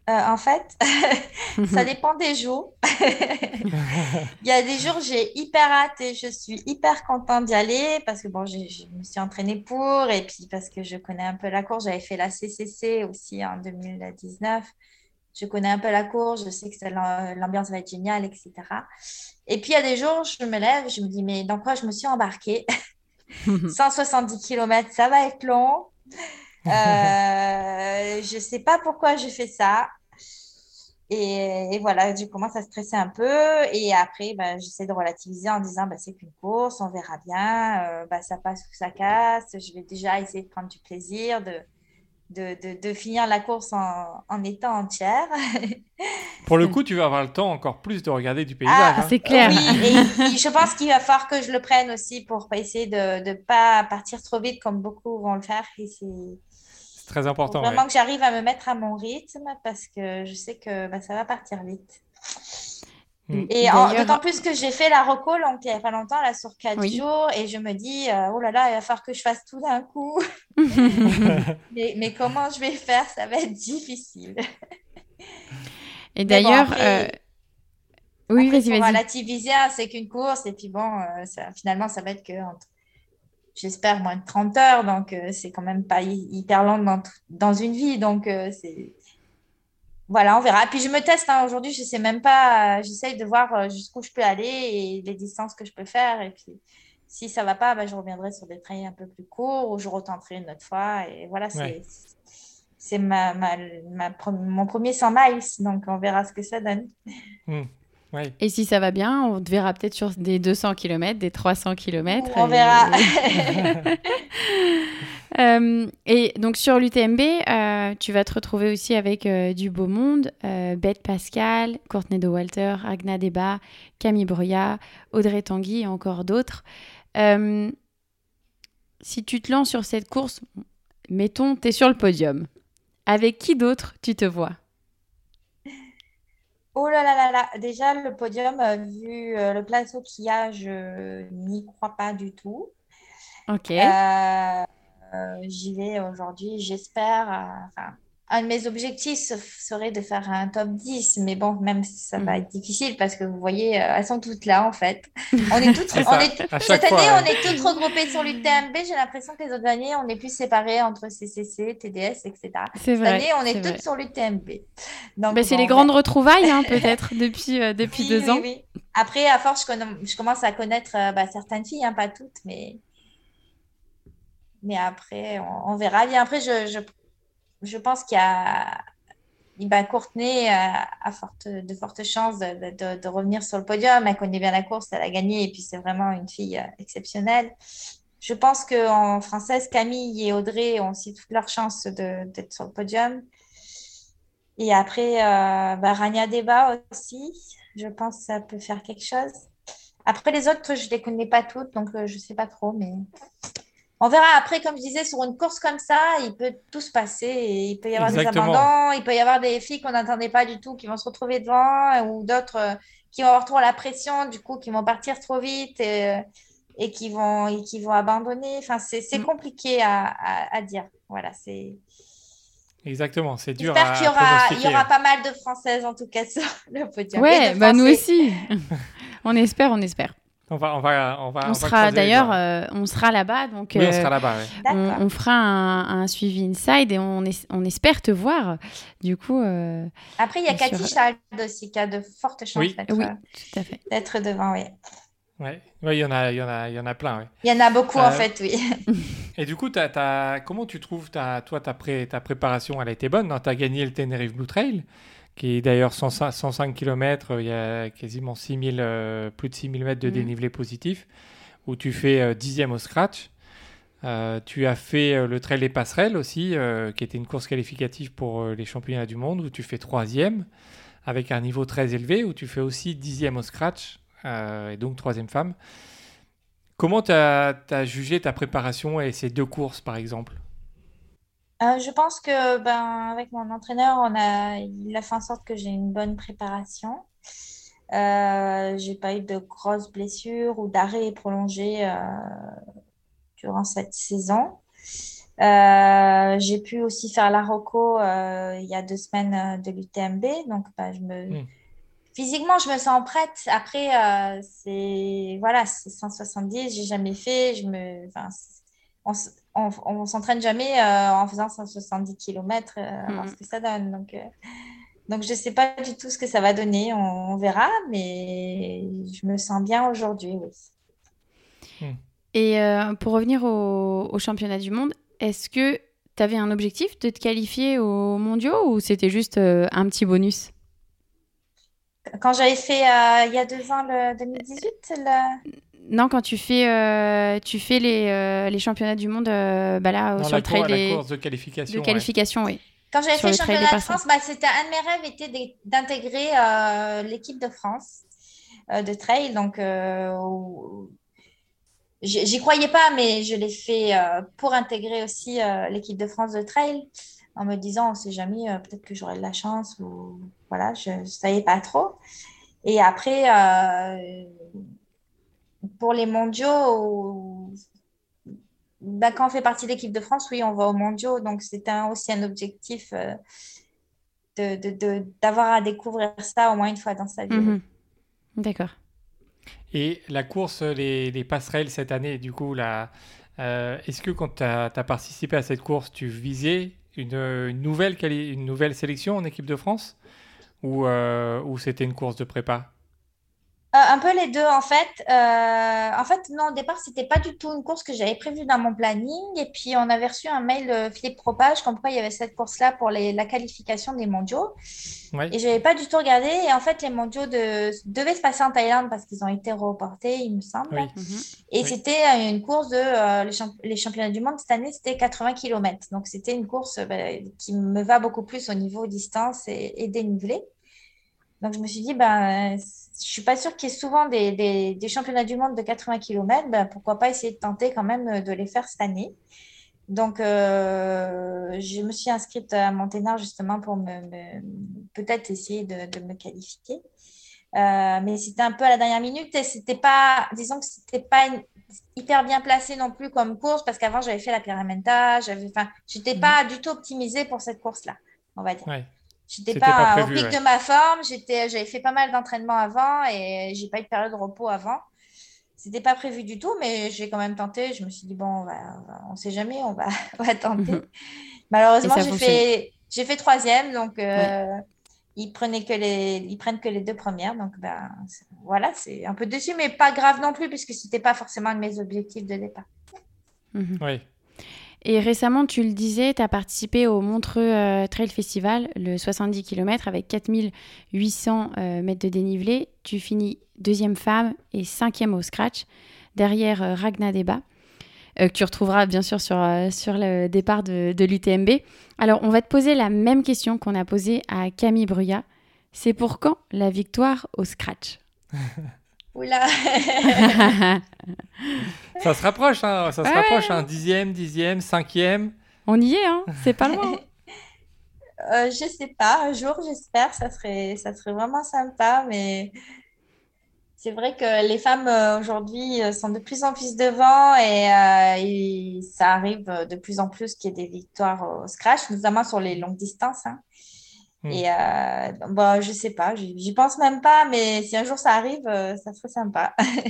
En fait, ça dépend des jours. Il y a des jours, j'ai hyper hâte et je suis hyper contente d'y aller parce que bon, je me suis entraînée pour et puis parce que je connais un peu la course. J'avais fait la CCC aussi en 2019. Je connais un peu la course, je sais que l'ambiance va être géniale, etc. Et puis il y a des jours, je me lève, je me dis, mais dans quoi je me suis embarquée? 170 km, ça va être long. Je sais pas pourquoi j'ai fait ça. Et voilà, je commence à stresser un peu. Et après, bah, j'essaie de relativiser en disant, bah, c'est qu'une course, on verra bien. Bah, ça passe ou ça casse. Je vais déjà essayer de prendre du plaisir, de finir la course en étant entière. Pour le coup, tu vas avoir le temps encore plus de regarder du paysage. Ah, Ah, Hein. c'est clair. oui, et je pense qu'il va falloir que je le prenne aussi pour pas essayer de ne pas partir trop vite comme beaucoup vont le faire. Et C'est très il faut important, vraiment ouais. que j'arrive à me mettre à mon rythme parce que je sais que bah, ça va partir vite. Mm. Et d'autant D'ailleurs, plus que j'ai fait la reco donc, il n'y a pas longtemps, là, sur 4 oui. jours, et je me dis, oh là là, il va falloir que je fasse tout d'un coup. Mais comment je vais faire? Ça va être difficile. Et Mais bon, d'ailleurs, oui, après, il vas-y, faut vas-y. relativiser, hein, c'est qu'une course, et puis bon, finalement, ça va être que, j'espère, moins de 30 heures, donc c'est quand même pas hyper long dans une vie, donc voilà, on verra. Et puis je me teste, hein, aujourd'hui, je sais même pas, j'essaye de voir jusqu'où je peux aller et les distances que je peux faire, et puis si ça va pas, bah, je reviendrai sur des trails un peu plus courts, ou je retenterai une autre fois, et voilà, Ouais. c'est mon premier 100 miles, donc on verra ce que ça donne. Mm. Ouais. Et si ça va bien, on te verra peut-être sur des 200 km, des 300 km. On verra. Et donc sur l'UTMB, tu vas te retrouver aussi avec du beau monde. Beth Pascal, Courtney de Walter, Agna Deba, Camille Broya, Audrey Tanguy et encore d'autres. Si tu te lances sur cette course, mettons, tu es sur le podium. Avec qui d'autre tu te vois? Oh là là là là, déjà le podium, vu le plateau qu'il y a, je n'y crois pas du tout. Ok. Euh, J'y vais aujourd'hui, j'espère. Enfin, un de mes objectifs serait de faire un top 10, mais bon, même si ça va Mhm. être difficile parce que vous voyez, elles sont toutes là en fait. On est toutes, C'est on ça. est, À cette chaque année, fois, on est toutes regroupées sur l'UTMB. J'ai l'impression que les autres années, on est plus séparés entre CCC, TDS, etc. C'est Cette vrai, année, on c'est est vrai. toutes sur l'UTMB. Donc, Ben, c'est les bon, grandes retrouvailles, hein, peut-être, depuis oui, 2 ans. oui, oui. Après, à force, je commence à connaître bah, certaines filles, hein, pas toutes, mais après, on verra. Et après, je pense qu'il y a Courtney de fortes chances de revenir sur le podium. Elle connaît bien la course, elle a gagné, et puis c'est vraiment une fille exceptionnelle. Je pense qu'en française, Camille et Audrey ont aussi toutes leurs chances d'être sur le podium. Et après, Rania Deba aussi, je pense que ça peut faire quelque chose. Après, les autres, je ne les connais pas toutes, donc je ne sais pas trop, mais on verra. Après, comme je disais, sur une course comme ça, il peut tout se passer. Et il peut y avoir des exactement. abandons, il peut y avoir des filles qu'on n'attendait pas du tout qui vont se retrouver devant, ou d'autres qui vont avoir trop la pression, du coup, qui vont partir trop vite et qui vont abandonner. Enfin, c'est Mm. compliqué à dire. Voilà, c'est... Exactement. C'est dur J'espère qu'il y à aura, il y pronostiquer. aura pas mal de Françaises, en tout cas, sur le podium. Et Ouais, de bah nous Français. aussi. On espère, on espère. On On va sera croiser les d'ailleurs, doigts. on sera là-bas, donc Oui, on sera là-bas. Ouais. D'accord. on fera un suivi inside et on espère te voir. Du coup, Après, il y a sur... Cathy Chald aussi qui a de fortes chances Oui. Oui, tout à fait. d'être devant, oui. Ouais. Ouais, il y en a plein. Ouais. Il y en a beaucoup, en Euh, fait, oui. Et du coup, comment tu trouves ta préparation? Elle a été bonne, non? Tu as gagné le Tenerife Blue Trail, qui est d'ailleurs 105 km, il y a quasiment plus de 6000 mètres de Mhm. dénivelé positif, où tu fais 10e au scratch. Tu as fait le Trail des Passerelles aussi, qui était une course qualificative pour les championnats du monde, où tu fais 3e, avec un niveau très élevé, où tu fais aussi 10e au scratch, et donc 3e femme. Comment tu as jugé ta préparation et ces deux courses, par exemple? Je pense que avec mon entraîneur, il a fait en sorte que j'ai une bonne préparation. J'ai pas eu de grosses blessures ou d'arrêts prolongés durant cette saison. J'ai pu aussi faire la Roco il y a 2 semaines de l'UTMB. Donc, Hmm. physiquement, je me sens prête. Après, c'est 170, j'ai jamais fait. On s'entraîne jamais en faisant 170 km, à voir ce Mhm. que ça donne. Donc, je sais pas du tout ce que ça va donner. On verra, mais je me sens bien aujourd'hui, oui. Hmm. Et pour revenir au championnat du monde, est-ce que tu avais un objectif de te qualifier aux mondiaux ou c'était juste un petit bonus? Quand j'avais fait il y a 2 ans, le 2018, Non, quand tu fais les championnats du monde là, Non, sur le trail la course de de qualification, ouais. qualification, oui. quand j'avais Sur fait le trail des championnat de passerelles. France, c'était un de mes rêves était d'intégrer l'équipe de France de trail. Donc, j'y croyais pas, mais je l'ai fait pour intégrer aussi l'équipe de France de trail en me disant, on ne sait jamais, peut-être que j'aurai de la chance ou voilà, je ne savais pas trop. Et après, pour les mondiaux, quand on fait partie de l'équipe de France, oui, on va aux mondiaux. Donc, c'était aussi un objectif d'avoir à découvrir ça au moins une fois dans sa vie, oui. Mhm. D'accord. Et la course, les passerelles cette année, du coup, est-ce que quand tu as participé à cette course, tu visais une nouvelle sélection en équipe de France ou c'était une course de prépa? Un peu les deux, en fait. Non, au départ, c'était pas du tout une course que j'avais prévue dans mon planning. Et puis, on avait reçu un mail de Philippe Propage comme quoi il y avait cette course-là pour la qualification des mondiaux. Oui, Et je n'avais pas du tout regardé. Et en fait, les mondiaux devaient se passer en Thaïlande parce qu'ils ont été reportés, il me semble. oui, Mhm. Et oui, c'était une course les championnats du monde cette année, c'était 80 km. Donc, c'était une course qui me va beaucoup plus au niveau distance et dénivelé. Donc, je me suis dit, je suis pas sûre qu'il y ait souvent des championnats du monde de 80 km. Pourquoi pas essayer de tenter quand même de les faire cette année. Donc, je me suis inscrite à Monténard justement pour peut-être essayer de me qualifier. Mais c'était un peu à la dernière minute et c'était pas, disons que c'était pas hyper bien placé non plus comme course parce qu'avant j'avais fait la Pyramenta, j'étais Mhm. pas du tout optimisée pour cette course-là, on va dire. oui. J'étais C'était pas pas au prévu, pic ouais. de ma forme, j'avais fait pas mal d'entraînements avant et j'ai pas eu de période de repos avant. C'était pas prévu du tout, mais j'ai quand même tenté. Je me suis dit, bon, on sait jamais, on va Mhm. tenter. Et Malheureusement, ça a fonctionné. j'ai fait troisième, donc Ouais. ils prennent que les 2 premières. Donc, voilà, c'est un peu déçu, mais pas grave non plus, puisque c'était pas forcément un de mes objectifs de départ. Mhm. Oui, Et récemment, tu le disais, tu as participé au Montreux Trail Festival, le 70 km avec 4800 mètres de dénivelé. Tu finis deuxième femme et cinquième au scratch, derrière Ragna Deba, que tu retrouveras bien sûr sur le départ de l'UTMB. Alors, on va te poser la même question qu'on a posée à Camille Bruyat. C'est pour quand la victoire au scratch? Oula! ça se rapproche, hein, ça se rapproche, Ouais, hein, dixième, cinquième. on y est, hein, c'est pas loin. Je sais pas, un jour, j'espère, ça serait vraiment sympa, mais c'est vrai que les femmes aujourd'hui sont de plus en plus devant et ça arrive de plus en plus qu'il y ait des victoires au scratch, notamment sur les longues distances, hein. Hmm. Et je sais pas, j'y pense même pas, mais si un jour ça arrive, ça serait sympa.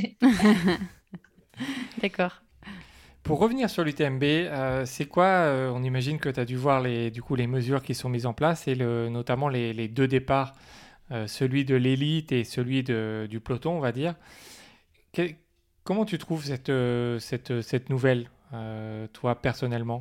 D'accord. Pour revenir sur l'UTMB, c'est quoi on imagine que tu as dû voir du coup, les mesures qui sont mises en place et notamment les deux départs, celui de l'élite et celui du peloton, on va dire. Que- Comment tu trouves cette nouvelle, toi, personnellement?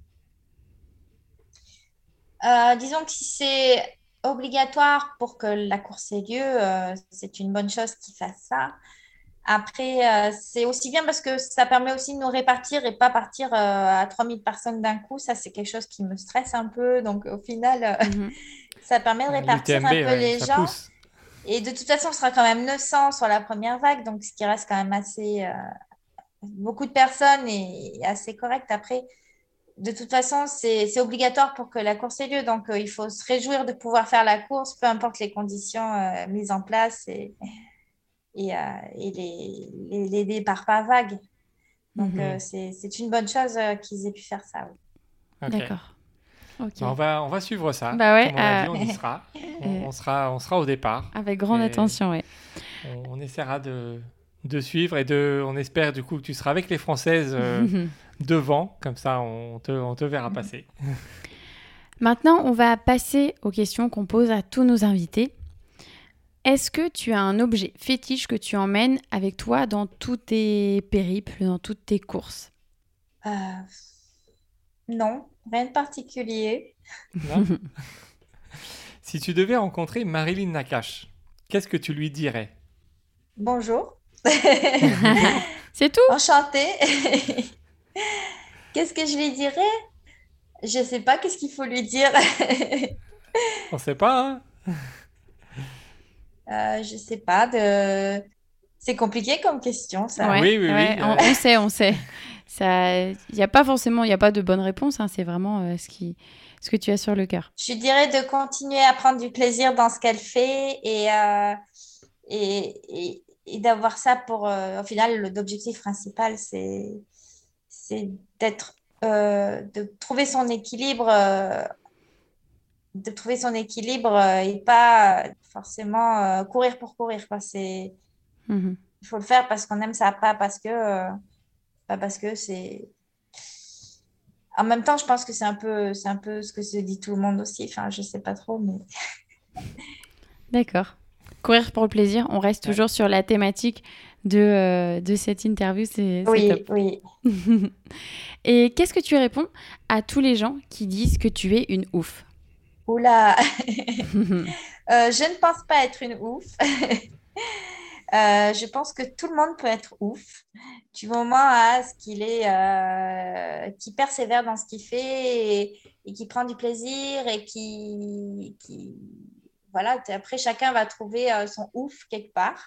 Disons que si c'est obligatoire pour que la course ait lieu, c'est une bonne chose qu'ils fassent ça. Après, c'est aussi bien parce que ça permet aussi de nous répartir et pas partir à 3000 personnes d'un coup. Ça, c'est quelque chose qui me stresse un peu. Donc, au final, Mhm. ça permet de répartir L'UTMB, un peu ouais, les ça gens. pousse. Et de toute façon, on sera quand même 900 sur la première vague. Donc, ce qui reste quand même beaucoup de personnes et assez correct. Après, de toute façon, c'est obligatoire pour que la course ait lieu. Donc, il faut se réjouir de pouvoir faire la course, peu importe les conditions mises en place et les départs par vague. Donc, Mhm. c'est une bonne chose qu'ils aient pu faire ça. Oui. Ok. D'accord. Ok. On va suivre ça. Bah ouais, Comme on a dit, on y sera. On sera au départ. Avec grande Et attention, ouais. on essaiera de suivre et on espère du coup que tu seras avec les Françaises devant. Comme ça, on te verra passer. Maintenant, on va passer aux questions qu'on pose à tous nos invités. Est-ce que tu as un objet fétiche que tu emmènes avec toi dans tous tes périples, dans toutes tes courses? Euh, non, rien de particulier. Non. Si tu devais rencontrer Marilyn Nakache, qu'est-ce que tu lui dirais? Bonjour. C'est tout? Enchantée. Qu'est-ce que je lui dirais? Je sais pas, qu'est-ce qu'il faut lui dire? On sait pas, hein? Je sais pas. C'est compliqué comme question, ça. Ouais, Oui, oui, oui. ouais, on sait, on sait. Ça, il n'y a pas forcément, il n'y a pas de bonne réponse, hein, c'est vraiment ce que tu as sur le cœur. Je lui dirais de continuer à prendre du plaisir dans ce qu'elle fait et d'avoir ça pour, au final, l'objectif principal, c'est de trouver son équilibre, et pas forcément courir pour courir, quoi. Mhm. Il faut le faire parce qu'on aime ça, pas parce que c'est. En même temps, je pense que c'est un peu ce que se dit tout le monde aussi. Enfin, je sais pas trop, mais. D'accord. Courir pour le plaisir, on reste toujours sur la thématique de cette interview, c'est Oui, top. oui. Et qu'est-ce que tu réponds à tous les gens qui disent que tu es une ouf? Oula, je ne pense pas être une ouf. Je pense que tout le monde peut être ouf du moment à ce qui persévère dans ce qu'il fait et qui prend du plaisir et voilà, après chacun va trouver son ouf quelque part.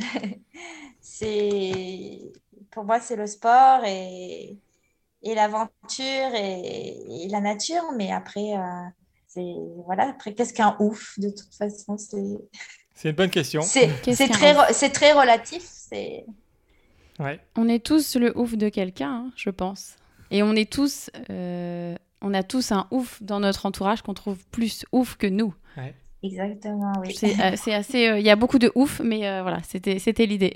C'est, pour moi, c'est le sport et l'aventure et la nature, mais après, voilà, après, qu'est-ce qu'un ouf de toute façon, C'est une bonne question. Qu'est-ce qu'un ouf? c'est très relatif. Ouais. On est tous le ouf de quelqu'un, hein, je pense. Et on est tous, on a tous un ouf dans notre entourage qu'on trouve plus ouf que nous. Ouais. Exactement, oui. C'est assez, il y a beaucoup de ouf, mais voilà, c'était l'idée.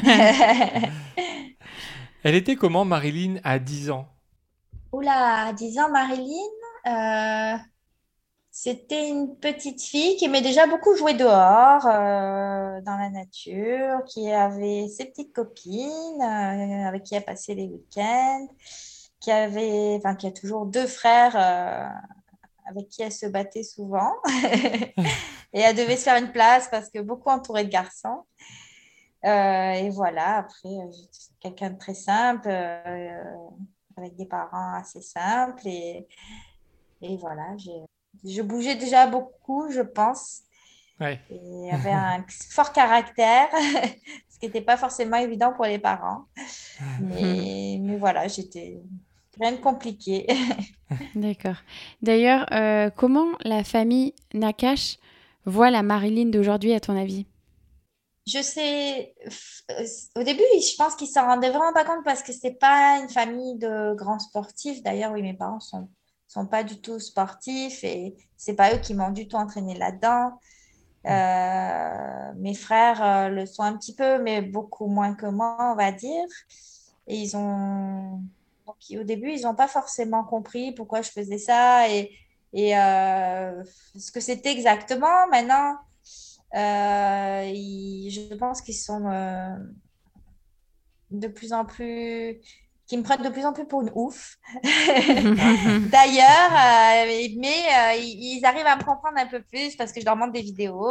Elle était comment, Marilyn, à 10 ans? Oula, à 10 ans, Marilyn, c'était une petite fille qui aimait déjà beaucoup jouer dehors, dans la nature, qui avait ses petites copines, avec qui elle passait les week-ends, qui a toujours deux frères, avec qui elle se battait souvent. Et elle devait se faire une place parce que beaucoup entourée de garçons. Et voilà, après, j'étais quelqu'un de très simple, avec des parents assez simples. Et voilà, je bougeais déjà beaucoup, je pense. Ouais. Et avait un fort caractère, ce qui n'était pas forcément évident pour les parents. Mais voilà, j'étais rien de compliqué. D'accord. D'ailleurs, comment la famille Nakache voit la Marilyn d'aujourd'hui, à ton avis? Je sais, au début, je pense qu'ils s'en rendaient vraiment pas compte parce que c'est pas une famille de grands sportifs. D'ailleurs, oui, mes parents sont pas du tout sportifs et c'est pas eux qui m'ont du tout entraîné là-dedans. Mes frères le sont un petit peu, mais beaucoup moins que moi, on va dire. Et donc, au début, ils n'ont pas forcément compris pourquoi je faisais ça et ce que c'était exactement. Maintenant, je pense qu'ils sont de plus en plus, qui me prennent de plus en plus pour une ouf. D'ailleurs, ils arrivent à me comprendre un peu plus parce que je leur montre des vidéos.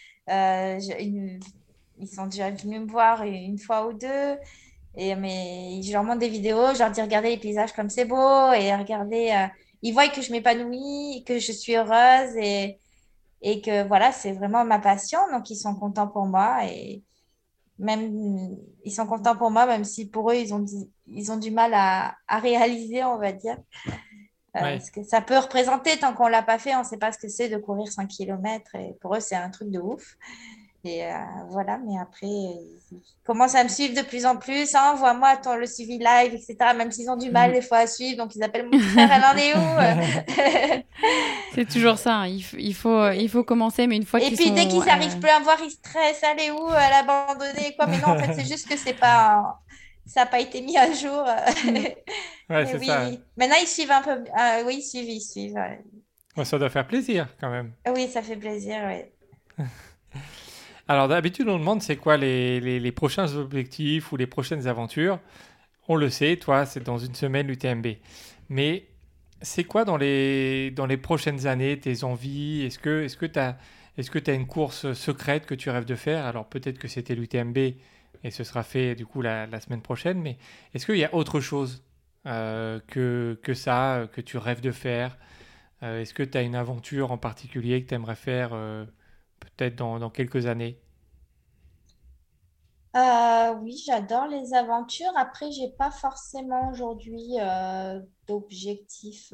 Ils sont déjà venus me voir une fois ou deux. Mais je leur montre des vidéos, je leur dis regardez les paysages comme c'est beau et regardez, ils voient que je m'épanouis, que je suis heureuse et que voilà, c'est vraiment ma passion. Donc ils sont contents pour moi et même ils sont contents pour moi, même si pour eux ils ont du mal à réaliser, on va dire. Ouais. Ce que ça peut représenter tant qu'on l'a pas fait, on ne sait pas ce que c'est de courir 100 km et pour eux c'est un truc de ouf. Et voilà, mais après, ils commencent à me suivre de plus en plus. Hein, envoie-moi le suivi live, etc. Même s'ils ont du mal des fois à suivre, donc ils appellent mon petit frère, elle en est où? C'est toujours ça, hein. Il faut commencer, mais une fois Et qu'ils puis dès sont... qu'ils n'arrivent plus à me voir, ils stressent. Elle est où? Elle a abandonné, quoi. Mais non, en fait, c'est juste que c'est pas, ça n'a pas été mis à jour. Ouais, Mais c'est ça. oui, maintenant ils suivent un peu. Oui, ils suivent. Ouais. Ouais, ça doit faire plaisir quand même. Oui, ça fait plaisir, oui. Alors d'habitude, on demande c'est quoi les prochains objectifs ou les prochaines aventures. On le sait, toi, c'est dans une semaine l'UTMB. Mais c'est quoi dans les prochaines années tes envies? Est-ce que t'as une course secrète que tu rêves de faire? Alors peut-être que c'était l'UTMB et ce sera fait du coup la semaine prochaine, mais est-ce qu'il y a autre chose que ça, que tu rêves de faire? Est-ce que tu as une aventure en particulier que tu aimerais faire peut-être dans quelques années? Oui, j'adore les aventures. Après, j'ai pas forcément aujourd'hui d'objectif.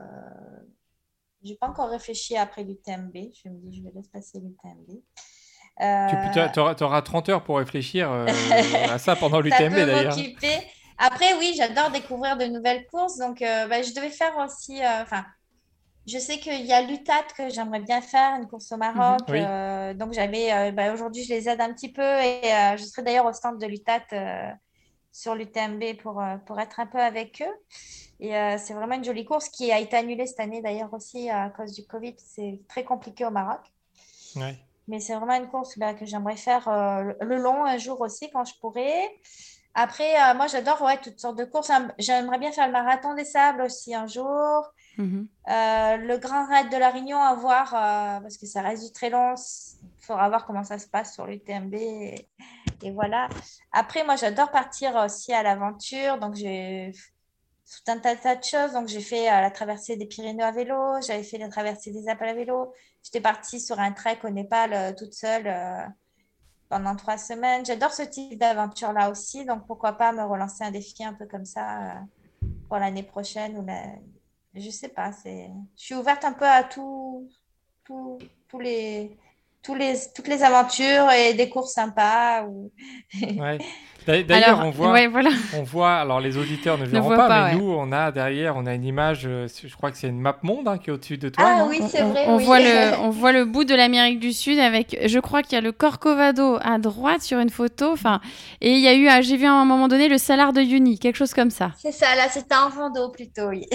J'ai pas encore réfléchi après l'UTMB. Je me dis, je vais laisser passer l'UTMB. Euh, Tu auras 30 heures pour réfléchir à ça pendant Ça l'UTMB peut d'ailleurs. m'occuper. Après, oui, j'adore découvrir de nouvelles courses. Donc, je devais faire aussi. Enfin, je sais qu'il y a l'UTAT que j'aimerais bien faire, une course au Mhm. Maroc. Oui. Donc, aujourd'hui, je les aide un petit peu et je serai d'ailleurs au stand de l'UTAT sur l'UTMB pour être un peu avec eux. Et c'est vraiment une jolie course qui a été annulée cette année d'ailleurs aussi à cause du Covid. C'est très compliqué au Maroc. Ouais. Mais c'est vraiment une course que j'aimerais faire le long un jour aussi quand je pourrai. Après, moi, j'adore toutes sortes de courses. J'aimerais bien faire le marathon des sables aussi un jour. Mhm. Le Grand Raid de la Réunion à voir, parce que ça reste du très long. Il faudra voir comment ça se passe sur l'UTMB. Et voilà. Après, moi, j'adore partir aussi à l'aventure. Donc, j'ai tout un tas de choses. Donc, j'ai fait la traversée des Pyrénées à vélo. J'avais fait la traversée des Alpes à vélo. J'étais partie sur un trek au Népal toute seule pendant 3 semaines. J'adore ce type d'aventure-là aussi. Donc, pourquoi pas me relancer un défi un peu comme ça pour l'année prochaine je sais pas. Je suis ouverte un peu à tout, tous toutes les aventures et des courses sympas. Ouais. D'ailleurs, Alors, ouais, voilà, on voit, alors les auditeurs ne ne verront vois pas, mais pas, ouais. nous, on a une image, je crois que c'est une map monde hein, qui est au-dessus de toi, Ah non? oui, c'est vrai, On oui. voit le bout de l'Amérique du Sud avec, je crois qu'il y a le Corcovado à droite sur une photo, enfin, et il y a eu, j'ai vu à un moment donné le Salar de Uyuni, quelque chose comme ça. C'est ça, là, c'était en rando plutôt, oui.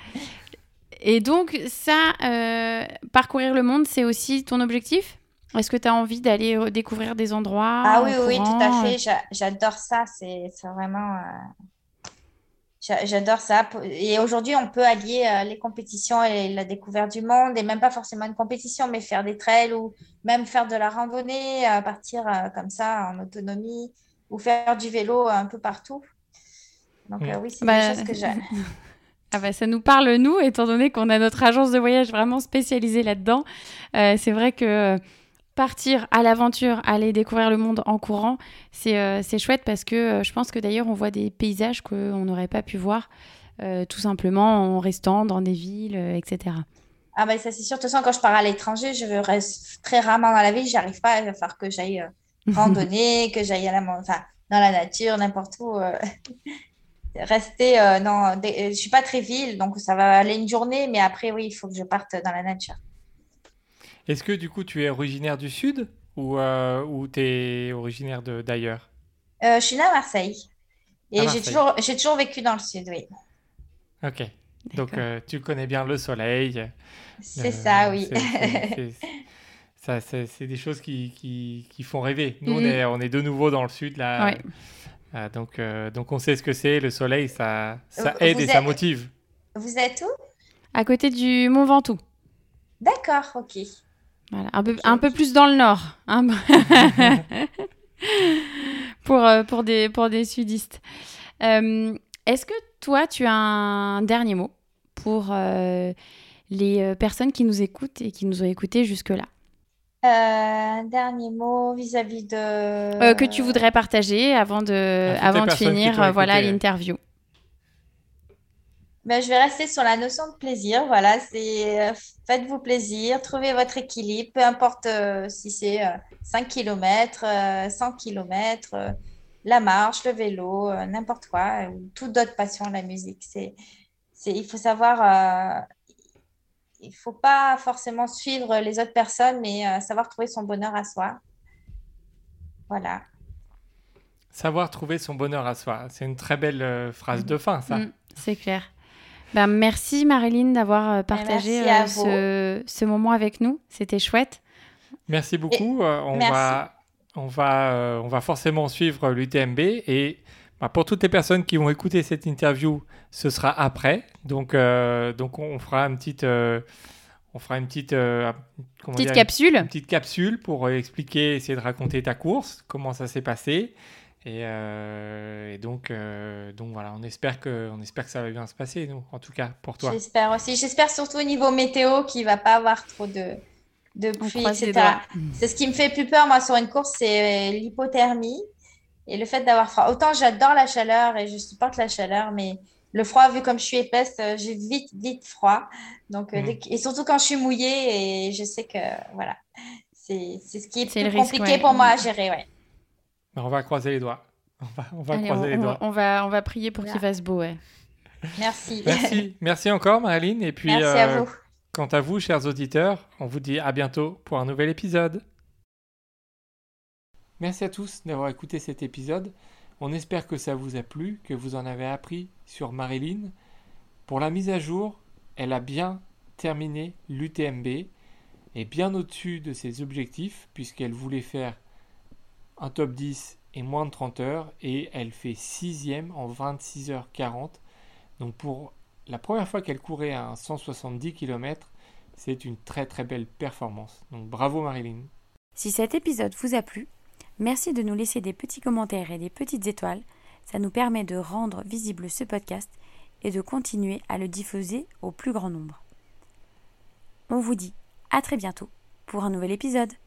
Et donc, ça, parcourir le monde, c'est aussi ton objectif? Est-ce que tu as envie d'aller découvrir des endroits Ah en oui, tout à courant? fait. J'adore ça. C'est vraiment. J'adore ça. Et aujourd'hui, on peut allier les compétitions et la découverte du monde, et même pas forcément une compétition, mais faire des trails ou même faire de la randonnée, partir comme ça en autonomie, ou faire du vélo un peu partout. Donc Mm. oui, c'est des Bah, choses que j'aime. ah bah, ça nous parle, nous, étant donné qu'on a notre agence de voyage vraiment spécialisée là-dedans. C'est vrai que partir à l'aventure, aller découvrir le monde en courant, c'est chouette parce que je pense que d'ailleurs, on voit des paysages qu'on n'aurait pas pu voir tout simplement en restant dans des villes, etc. Ah ben ça c'est sûr. De toute façon, quand je pars à l'étranger, je reste très rarement dans la ville. J'arrive pas à faire que j'aille randonner, que j'aille enfin, dans la nature, n'importe où. Rester, non, je suis pas très ville, donc ça va aller une journée, mais après, oui, il faut que je parte dans la nature. Est-ce que du coup, tu es originaire du Sud ou tu es originaire d'ailleurs? Je suis née à Marseille À et Marseille. j'ai toujours vécu dans le sud, oui. Ok. Donc, D'accord. tu connais bien le soleil. C'est ça, oui. C'est des choses qui font rêver. Nous, Mhm. on est de nouveau dans le sud, là. Ouais. Donc, on sait ce que c'est. Le soleil, ça aide et Vous ça êtes, motive. vous êtes où? À côté du Mont Ventoux. D'accord, ok. Voilà. Ok, Un peu ok. plus dans le nord, hein, pour des sudistes. Est-ce que toi, tu as un dernier mot pour les personnes qui nous écoutent et qui nous ont écoutés jusque-là? Un dernier mot vis-à-vis Que tu de... voudrais partager À toutes les avant de personnes qui finir t'ont voilà, écouté. l'interview. Ben, je vais rester sur la notion de plaisir. Voilà, faites-vous plaisir, trouvez votre équilibre, peu importe si c'est 5 km, 100 km, la marche, le vélo, n'importe quoi, ou toute autre passion, la musique. Il faut savoir, il faut pas forcément suivre les autres personnes, mais savoir trouver son bonheur à soi. Voilà. Savoir trouver son bonheur à soi. C'est une très belle phrase de fin, ça. C'est clair. Ben, merci Marilyn d'avoir partagé ce moment avec nous. C'était chouette. Merci beaucoup. Merci. On va forcément suivre l'UTMB et pour toutes les personnes qui vont écouter cette interview, ce sera après. Donc on fera une petite capsule. Une petite capsule pour expliquer, essayer de raconter ta course, comment ça s'est passé. Et donc voilà, on espère que ça va bien se passer, nous, en tout cas pour toi. J'espère aussi. J'espère surtout au niveau météo qu'il va pas avoir trop de pluie, etc. C'est ce qui me fait plus peur, moi, sur une course, c'est l'hypothermie et le fait d'avoir froid. Autant j'adore la chaleur et je supporte la chaleur, mais le froid, vu comme je suis épaisse, j'ai vite froid. Donc, et surtout quand je suis mouillée, et je sais que voilà, c'est ce qui est plus compliqué pour moi à gérer, ouais. On va croiser les doigts. On va croiser les doigts. On va prier pour qu'il fasse beau, ouais. Merci. Merci encore, Marilyn. Et puis, merci à vous. Quant à vous, chers auditeurs, on vous dit à bientôt pour un nouvel épisode. Merci à tous d'avoir écouté cet épisode. On espère que ça vous a plu, que vous en avez appris sur Marilyn. Pour la mise à jour, elle a bien terminé l'UTMB et bien au-dessus de ses objectifs puisqu'elle voulait faire un top 10 et moins de 30 heures et elle fait 6e en 26h40. Donc pour la première fois qu'elle courait à 170 km, c'est une très très belle performance. Donc bravo Marilyn. Si cet épisode vous a plu, merci de nous laisser des petits commentaires et des petites étoiles. Ça nous permet de rendre visible ce podcast et de continuer à le diffuser au plus grand nombre. On vous dit à très bientôt pour un nouvel épisode.